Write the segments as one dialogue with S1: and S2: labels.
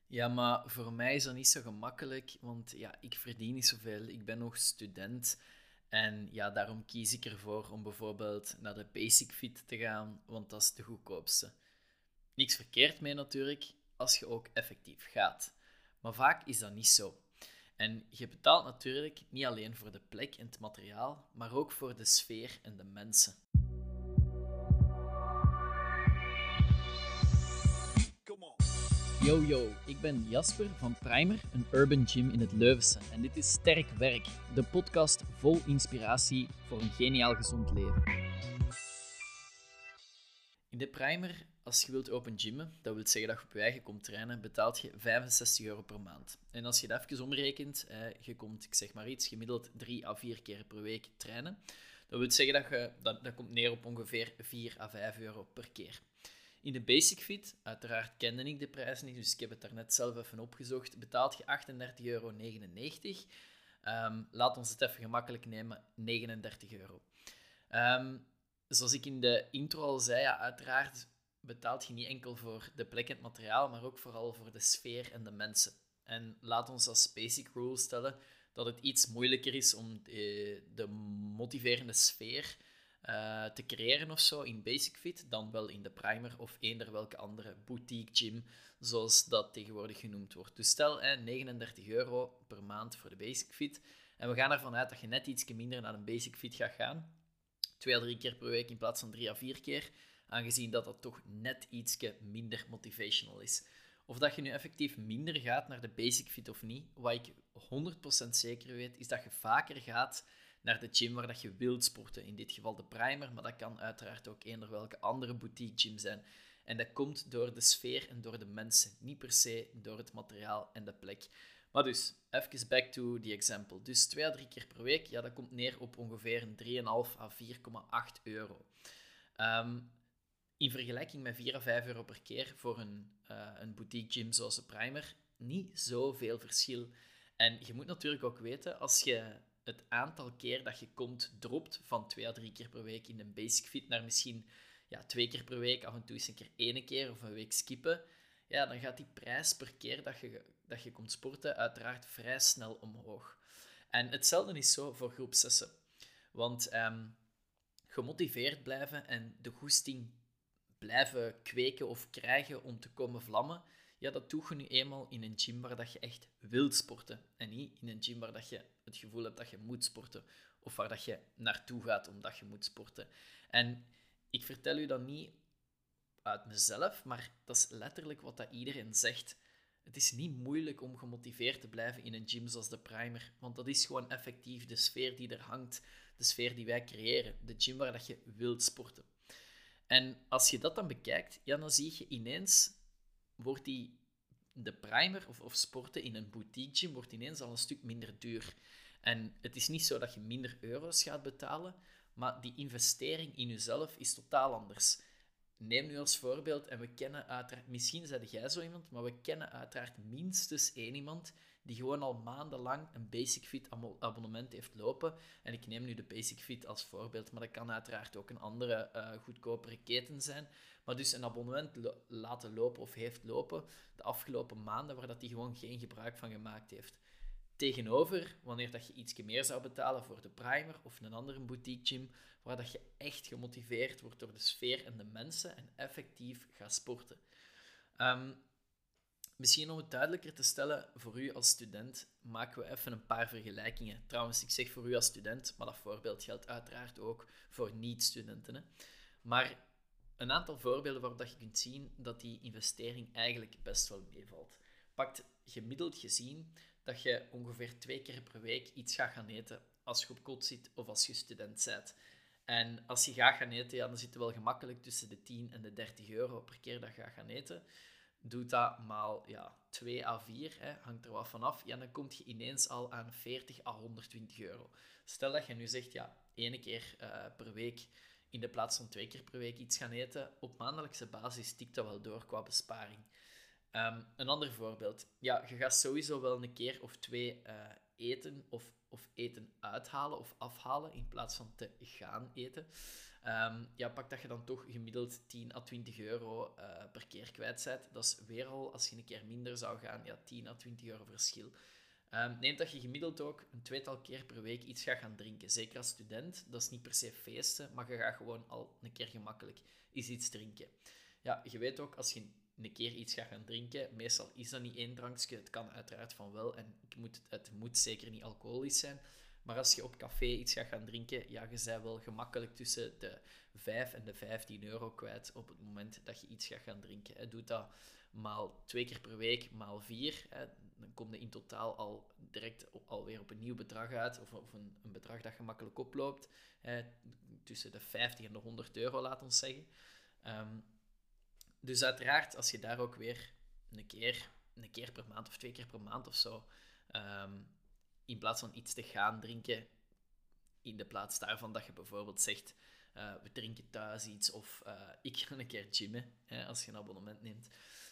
S1: Ja, maar voor mij is dat niet zo gemakkelijk, want ja, ik verdien niet zoveel. Ik ben nog student en ja, daarom kies ik ervoor om bijvoorbeeld naar de Basic Fit te gaan, want dat is de goedkoopste. Niks verkeerd mee natuurlijk, als je ook effectief gaat. Maar vaak is dat niet zo. En je betaalt natuurlijk niet alleen voor de plek en het materiaal, maar ook voor de sfeer en de mensen. Yo yo, ik ben Jasper van Primer, een urban gym in het Leuvense. En dit is Sterk Werk, de podcast vol inspiratie voor een geniaal gezond leven. In de Primer, als je wilt open gymmen, dat wil zeggen dat je op je eigen komt trainen, betaalt je €65 per maand. En als je dat even omrekent, je komt, ik zeg maar iets, gemiddeld 3 à 4 keer per week trainen. Dat wil zeggen dat komt neer op ongeveer 4 à 5 euro per keer. In de Basic Fit, uiteraard kende ik de prijs niet, dus ik heb het daarnet zelf even opgezocht, betaalt je €38,99. Laat ons het even gemakkelijk nemen, €39. Zoals ik in de intro al zei, ja, uiteraard betaalt je niet enkel voor de plek en het materiaal, maar ook vooral voor de sfeer en de mensen. En laat ons als basic rule stellen dat het iets moeilijker is om de motiverende sfeer te creëren of zo in Basic Fit dan wel in de Primer of eender welke andere boutique gym, zoals dat tegenwoordig genoemd wordt. Dus stel €39 per maand voor de Basic Fit en we gaan ervan uit dat je net iets minder naar een Basic Fit gaat gaan. 2 à 3 keer per week in plaats van 3 à 4 keer, aangezien dat toch net iets minder motivational is. Of dat je nu effectief minder gaat naar de Basic Fit of niet, wat ik 100% zeker weet, is dat je vaker gaat naar de gym waar dat je wilt sporten. In dit geval de Primer, maar dat kan uiteraard ook eender welke andere boutique gym zijn. En dat komt door de sfeer en door de mensen, niet per se door het materiaal en de plek. Maar dus, even back to the example. Dus 2 à 3 keer per week, ja, dat komt neer op ongeveer een 3,5 à 4,8 euro. In vergelijking met 4 à 5 euro per keer voor een boutique gym zoals de Primer, niet zoveel verschil. En je moet natuurlijk ook weten, als je het aantal keer dat je komt dropt van 2 à 3 keer per week in een basic fit naar misschien 2 keer per week, af en toe eens een keer 1 keer of een week skippen, ja, dan gaat die prijs per keer dat je komt sporten uiteraard vrij snel omhoog. En hetzelfde is zo voor groep 6. Want gemotiveerd blijven en de goesting blijven kweken of krijgen om te komen vlammen, ja, dat doe je nu eenmaal in een gym waar dat je echt wilt sporten. En niet in een gym waar dat je het gevoel hebt dat je moet sporten. Of waar dat je naartoe gaat omdat je moet sporten. En ik vertel u dat niet uit mezelf, maar dat is letterlijk wat dat iedereen zegt. Het is niet moeilijk om gemotiveerd te blijven in een gym zoals de Primer, want dat is gewoon effectief de sfeer die er hangt, de sfeer die wij creëren, de gym waar dat je wilt sporten. En als je dat dan bekijkt, ja, dan zie je ineens, wordt de Primer of sporten in een boutique gym wordt ineens al een stuk minder duur. En het is niet zo dat je minder euro's gaat betalen, maar die investering in jezelf is totaal anders. Neem nu als voorbeeld, en we kennen uiteraard, misschien zei jij zo iemand, maar we kennen uiteraard minstens één iemand die gewoon al maandenlang een Basic Fit abonnement heeft lopen. En ik neem nu de Basic Fit als voorbeeld, maar dat kan uiteraard ook een andere goedkopere keten zijn. Maar dus een abonnement laten lopen of heeft lopen de afgelopen maanden waar dat hij gewoon geen gebruik van gemaakt heeft. Tegenover, wanneer dat je iets meer zou betalen voor de Primer of een andere boutique gym, waar dat je echt gemotiveerd wordt door de sfeer en de mensen en effectief gaat sporten. Misschien om het duidelijker te stellen voor u als student, maken we even een paar vergelijkingen. Trouwens, ik zeg voor u als student, maar dat voorbeeld geldt uiteraard ook voor niet-studenten. Hè. Maar een aantal voorbeelden waarop dat je kunt zien dat die investering eigenlijk best wel meevalt. Pakt gemiddeld gezien dat je ongeveer 2 keer per week iets gaat gaan eten als je op kot zit of als je student bent. En als je gaat gaan eten, ja, dan zit je wel gemakkelijk tussen de 10 en de €30 per keer dat je gaat gaan eten. Doe dat maal 2 à 4, hangt er wat vanaf. Ja, dan kom je ineens al aan 40 à €120. Stel dat je nu zegt, ja, 1 keer per week in de plaats van 2 keer per week iets gaan eten. Op maandelijkse basis tikt dat wel door qua besparing. Een ander voorbeeld. Ja, je gaat sowieso wel een keer of twee eten of eten uithalen of afhalen in plaats van te gaan eten. Ja, pak dat je dan toch gemiddeld 10 à 20 euro per keer kwijt bent. Dat is weer al, als je een keer minder zou gaan, ja, 10 à 20 euro verschil. Neem dat je gemiddeld ook een tweetal keer per week iets gaat gaan drinken. Zeker als student. Dat is niet per se feesten, maar je gaat gewoon al een keer gemakkelijk eens iets drinken. Ja, je weet ook, als je een keer iets gaat gaan drinken, meestal is dat niet één drankje. Het kan uiteraard van wel en het moet zeker niet alcoholisch zijn. Maar als je op café iets gaat gaan drinken, ja, je bent wel gemakkelijk tussen de 5 en de 15 euro kwijt op het moment dat je iets gaat gaan drinken. Doe dat maal 2 keer per week, maal 4. Dan kom je in totaal al direct alweer op een nieuw bedrag uit, of een bedrag dat gemakkelijk oploopt. Tussen de 50 en de 100 euro, laat ons zeggen. Dus uiteraard, als je daar ook weer een keer per maand of 2 keer per maand of zo, in plaats van iets te gaan drinken, in de plaats daarvan dat je bijvoorbeeld zegt, we drinken thuis iets, of ik ga een keer gymmen, als je een abonnement neemt.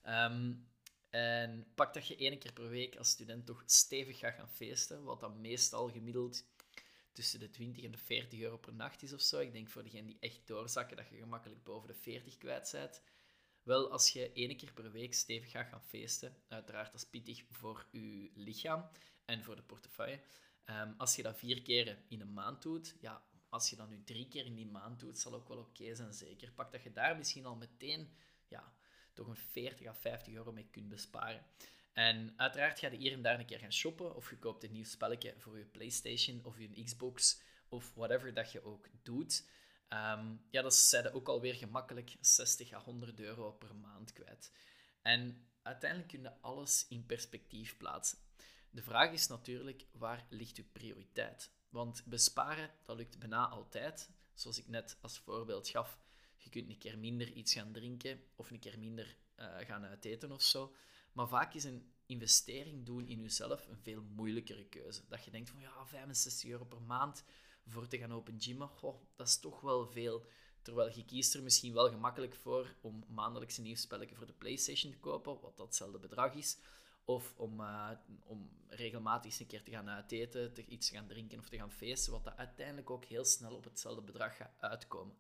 S1: En pak dat je 1 keer per week als student toch stevig gaat gaan feesten, wat dan meestal gemiddeld tussen de 20 en de 40 euro per nacht is of zo. Ik denk voor degenen die echt doorzakken, dat je gemakkelijk boven de 40 kwijt bent. Wel, als je 1 keer per week stevig gaat gaan feesten, uiteraard dat is pittig voor je lichaam en voor de portefeuille. Als je dat 4 keer in een maand doet, ja, als je dat nu 3 keer in die maand doet, zal ook wel oké zijn, zeker. Pak dat je daar misschien al meteen, ja, toch een 40 à 50 euro mee kunt besparen. En uiteraard ga je hier en daar een keer gaan shoppen, of je koopt een nieuw spelletje voor je PlayStation of je Xbox, of whatever dat je ook doet. Ja, dat zijn ook alweer gemakkelijk 60 à 100 euro per maand kwijt. En uiteindelijk kun je alles in perspectief plaatsen. De vraag is natuurlijk, waar ligt uw prioriteit? Want besparen, dat lukt bijna altijd. Zoals ik net als voorbeeld gaf, je kunt een keer minder iets gaan drinken of een keer minder gaan uiteten of zo. Maar vaak is een investering doen in jezelf een veel moeilijkere keuze. Dat je denkt van, ja, 65 euro per maand voor te gaan open gymmen, goh, dat is toch wel veel. Terwijl je kiest er misschien wel gemakkelijk voor om maandelijks een nieuw spelletje voor de PlayStation te kopen, wat datzelfde bedrag is. Of om regelmatig eens een keer te gaan uiteten, iets te gaan drinken of te gaan feesten, wat dat uiteindelijk ook heel snel op hetzelfde bedrag gaat uitkomen.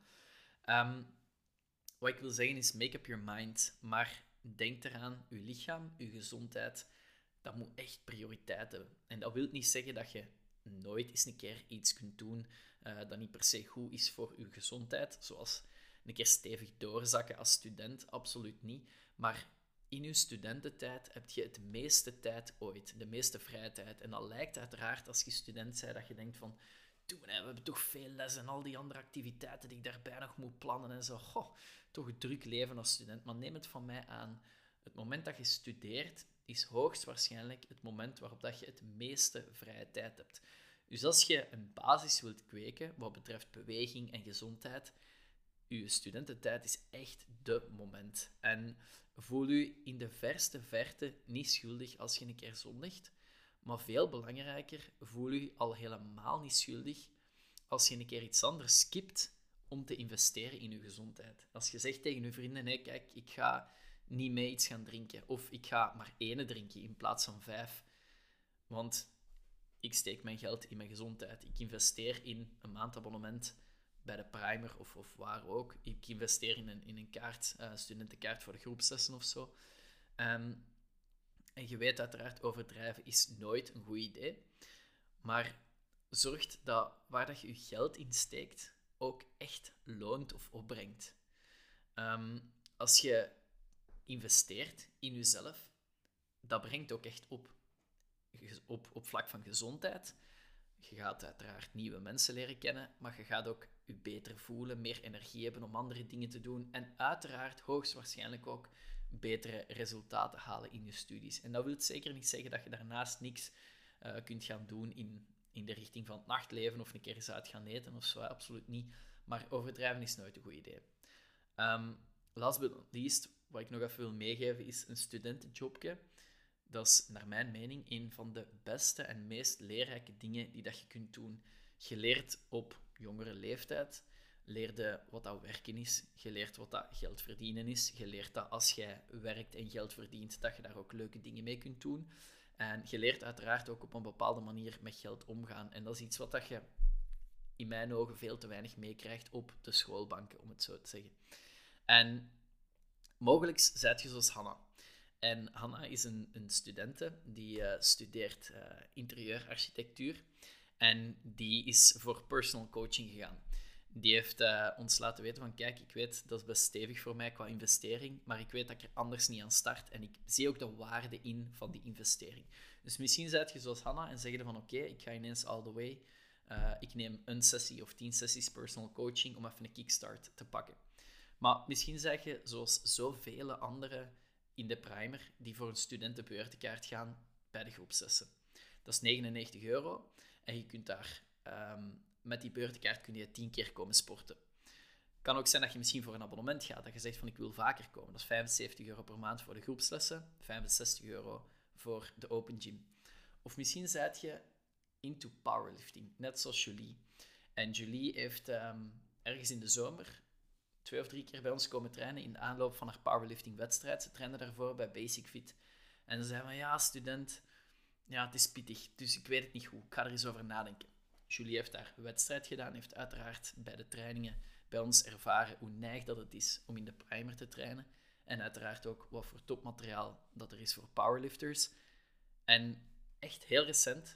S1: Wat ik wil zeggen is, make up your mind, maar denk eraan, je lichaam, je gezondheid, dat moet echt prioriteit hebben. En dat wil niet zeggen dat je nooit eens een keer iets kunt doen dat niet per se goed is voor je gezondheid, zoals een keer stevig doorzakken als student, absoluut niet. Maar in je studententijd heb je het meeste tijd ooit, de meeste vrije tijd. En dat lijkt uiteraard als je student bent, dat je denkt van, we hebben toch veel les en al die andere activiteiten die ik daarbij nog moet plannen en zo. Goh, toch een druk leven als student. Maar neem het van mij aan, het moment dat je studeert is hoogstwaarschijnlijk het moment waarop dat je het meeste vrije tijd hebt. Dus als je een basis wilt kweken wat betreft beweging en gezondheid, je studententijd is echt dé moment. En voel je in de verste verte niet schuldig als je een keer zondigt. Maar veel belangrijker, voel je al helemaal niet schuldig als je een keer iets anders skipt om te investeren in je gezondheid. Als je zegt tegen je vrienden, nee, kijk, ik ga niet mee iets gaan drinken. Of ik ga maar 1 drinken in plaats van 5. Want ik steek mijn geld in mijn gezondheid. Ik investeer in een maandabonnement bij de Primer of waar ook. Ik investeer in een kaart, studentenkaart voor de groepslessen of zo. En je weet uiteraard, overdrijven is nooit een goed idee. Maar zorg dat waar dat je je geld in steekt, ook echt loont of opbrengt. Als je investeert in jezelf, dat brengt ook echt op vlak van gezondheid. Je gaat uiteraard nieuwe mensen leren kennen, maar je gaat ook je beter voelen, meer energie hebben om andere dingen te doen en uiteraard hoogstwaarschijnlijk ook betere resultaten halen in je studies. En dat wil zeker niet zeggen dat je daarnaast niks kunt gaan doen in de richting van het nachtleven of een keer eens uit gaan eten of zo, absoluut niet. Maar overdrijven is nooit een goed idee. Last but not least, wat ik nog even wil meegeven, is een studentenjobje. Dat is naar mijn mening een van de beste en meest leerrijke dingen die dat je kunt doen. Je leert op jongere leeftijd, leerde wat dat werken is, je leert wat dat geld verdienen is, je leert dat als jij werkt en geld verdient, dat je daar ook leuke dingen mee kunt doen. En je leert uiteraard ook op een bepaalde manier met geld omgaan. En dat is iets wat dat je in mijn ogen veel te weinig meekrijgt op de schoolbanken, om het zo te zeggen. En mogelijk zijt je zoals Hanna. En Hanna is een studente die studeert interieurarchitectuur. En die is voor personal coaching gegaan. Die heeft ons laten weten van, kijk, ik weet, dat is best stevig voor mij qua investering, maar ik weet dat ik er anders niet aan start. En ik zie ook de waarde in van die investering. Dus misschien zijt je zoals Hanna en zeg je van, oké, ik ga ineens all the way. Ik neem een sessie of 10 sessies personal coaching om even een kickstart te pakken. Maar misschien zeg je, zoals zoveel anderen in de primer, die voor een studentenbeurtenkaart gaan bij de groepslessen. Dat is €99 en je kunt daar... met die beurtenkaart kun je 10 keer komen sporten. Het kan ook zijn dat je misschien voor een abonnement gaat, dat je zegt van ik wil vaker komen. Dat is €75 per maand voor de groepslessen, €65 voor de open gym. Of misschien zijt je into powerlifting, net zoals Julie. En Julie heeft ergens in de zomer 2 of 3 keer bij ons komen trainen in de aanloop van haar powerlifting-wedstrijd. Ze trainde daarvoor bij Basic Fit. En ze zei van ja, student, ja, het is pittig, dus ik weet het niet goed. Ik ga er eens over nadenken. Julie heeft daar wedstrijd gedaan, heeft uiteraard bij de trainingen bij ons ervaren hoe neig dat het is om in de primer te trainen. En uiteraard ook wat voor topmateriaal dat er is voor powerlifters. En echt heel recent,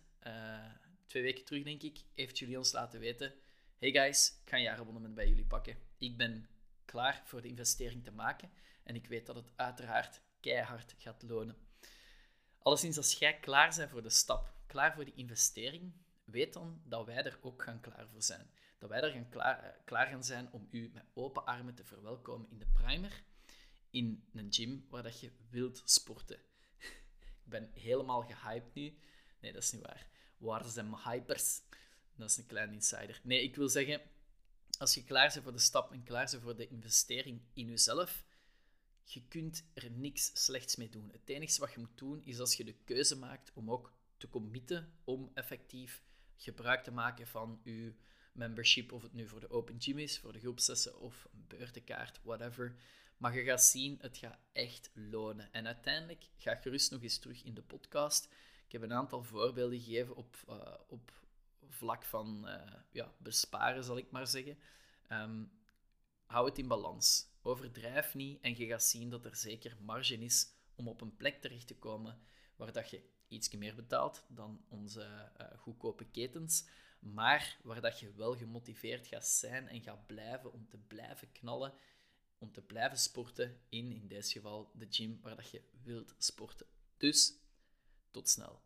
S1: 2 weken terug denk ik, heeft Julie ons laten weten: hey guys, ik ga een jaarabonnement bij jullie pakken. Ik ben klaar voor de investering te maken en ik weet dat het uiteraard keihard gaat lonen. Alleszins, als jij klaar bent voor de stap, klaar voor die investering, weet dan dat wij er ook gaan klaar voor zijn. Dat wij er klaar gaan zijn om u met open armen te verwelkomen in de primer, in een gym waar dat je wilt sporten. Ik ben helemaal gehyped nu. Nee, dat is niet waar. Waar zijn mijn hypers? Dat is een kleine insider. Nee, ik wil zeggen, als je klaar bent voor de stap en klaar bent voor de investering in jezelf, je kunt er niks slechts mee doen. Het enige wat je moet doen, is als je de keuze maakt om ook te committen, om effectief gebruik te maken van je membership, of het nu voor de open gym is, voor de groepslessen of een beurtenkaart, whatever. Maar je gaat zien, het gaat echt lonen. En uiteindelijk, ga gerust nog eens terug in de podcast. Ik heb een aantal voorbeelden gegeven op vlak van besparen, zal ik maar zeggen. Hou het in balans. Overdrijf niet en je gaat zien dat er zeker marge is om op een plek terecht te komen waar dat je iets meer betaalt dan onze goedkope ketens, maar waar dat je wel gemotiveerd gaat zijn en gaat blijven om te blijven knallen, om te blijven sporten in dit geval de gym waar dat je wilt sporten. Dus, tot snel.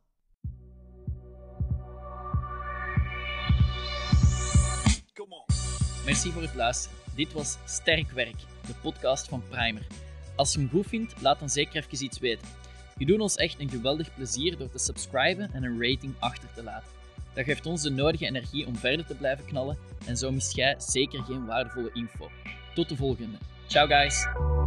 S1: Merci voor het luisteren. Dit was Sterk Werk, de podcast van Primer. Als je hem goed vindt, laat dan zeker even iets weten. Je doet ons echt een geweldig plezier door te subscriben en een rating achter te laten. Dat geeft ons de nodige energie om verder te blijven knallen en zo mist jij zeker geen waardevolle info. Tot de volgende. Ciao guys!